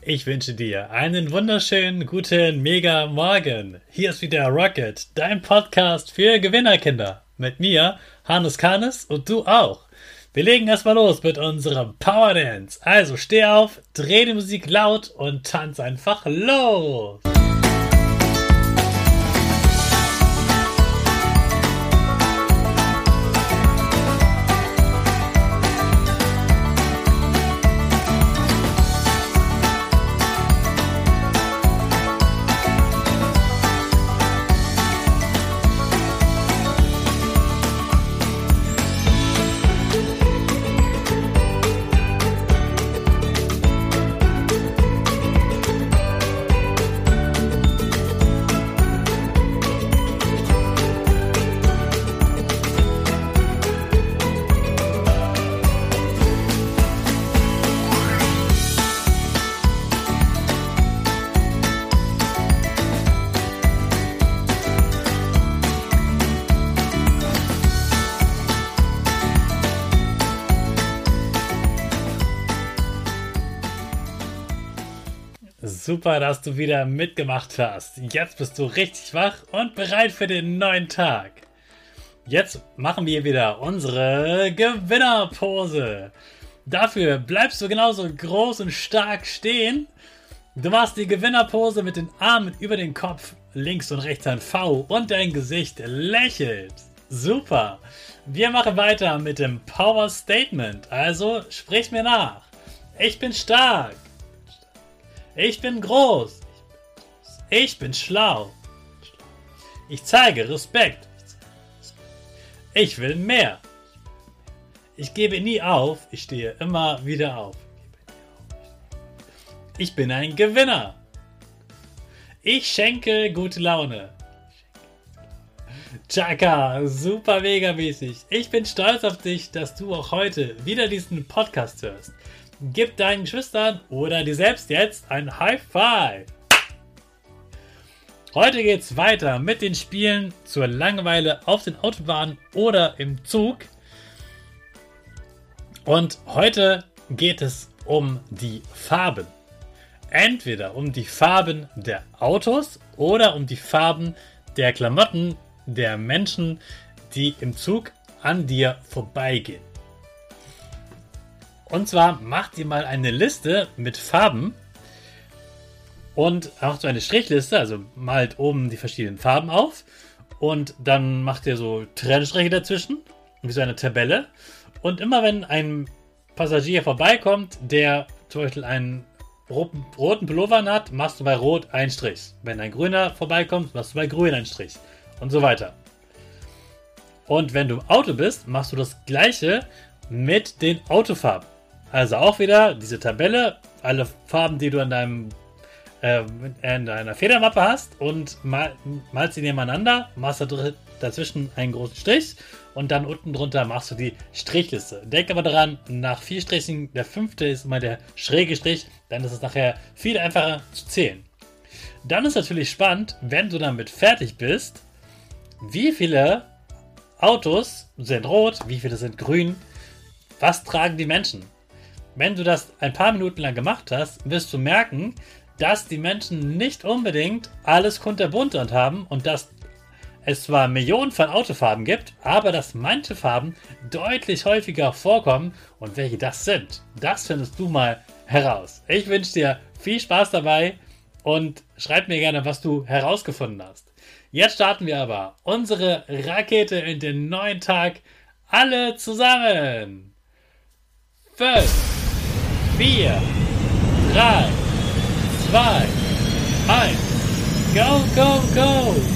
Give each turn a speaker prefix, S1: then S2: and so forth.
S1: Ich wünsche dir einen wunderschönen, guten, mega Morgen. Hier ist wieder Rocket, dein Podcast für Gewinnerkinder. Mit mir, Hannes Kanes, und du auch. Wir legen erstmal los mit unserem Power Dance. Also steh auf, dreh die Musik laut und tanz einfach los. Super, dass du wieder mitgemacht hast. Jetzt bist du richtig wach und bereit für den neuen Tag. Jetzt machen wir wieder unsere Gewinnerpose. Dafür bleibst du genauso groß und stark stehen. Du machst die Gewinnerpose mit den Armen über den Kopf, links und rechts ein V und dein Gesicht lächelt. Super. Wir machen weiter mit dem Power Statement. Also sprich mir nach. Ich bin stark. Ich bin groß. Ich bin schlau. Ich zeige Respekt. Ich will mehr. Ich gebe nie auf. Ich stehe immer wieder auf. Ich bin ein Gewinner. Ich schenke gute Laune. Chaka, super mega mäßig. Ich bin stolz auf dich, dass du auch heute wieder diesen Podcast hörst. Gib deinen Geschwistern oder dir selbst jetzt ein High Five. Heute geht's weiter mit den Spielen zur Langeweile auf den Autobahnen oder im Zug. Und heute geht es um die Farben. Entweder um die Farben der Autos oder um die Farben der Klamotten der Menschen, die im Zug an dir vorbeigehen. Und zwar macht ihr mal eine Liste mit Farben und macht so eine Strichliste, also malt oben die verschiedenen Farben auf und dann macht ihr so Trennstriche dazwischen, wie so eine Tabelle. Und immer wenn ein Passagier vorbeikommt, der zum Beispiel einen roten Pullover hat, machst du bei Rot einen Strich. Wenn ein grüner vorbeikommt, machst du bei Grün einen Strich und so weiter. Und wenn du im Auto bist, machst du das Gleiche mit den Autofarben. Also auch wieder diese Tabelle, alle Farben, die du in deiner Federmappe hast und malst sie nebeneinander, machst dazwischen einen großen Strich und dann unten drunter machst du die Strichliste. Denk aber daran, nach 4 Strichen, der 5. ist immer der schräge Strich, dann ist es nachher viel einfacher zu zählen. Dann ist natürlich spannend, wenn du damit fertig bist, wie viele Autos sind rot, wie viele sind grün, was tragen die Menschen? Wenn du das ein paar Minuten lang gemacht hast, wirst du merken, dass die Menschen nicht unbedingt alles kunterbunt haben und dass es zwar Millionen von Autofarben gibt, aber dass manche Farben deutlich häufiger vorkommen und welche das sind. Das findest du mal heraus. Ich wünsche dir viel Spaß dabei und schreib mir gerne, was du herausgefunden hast. Jetzt starten wir aber unsere Rakete in den neuen Tag. Alle zusammen. 5, 4, 3, 2, 1. Go, go, go!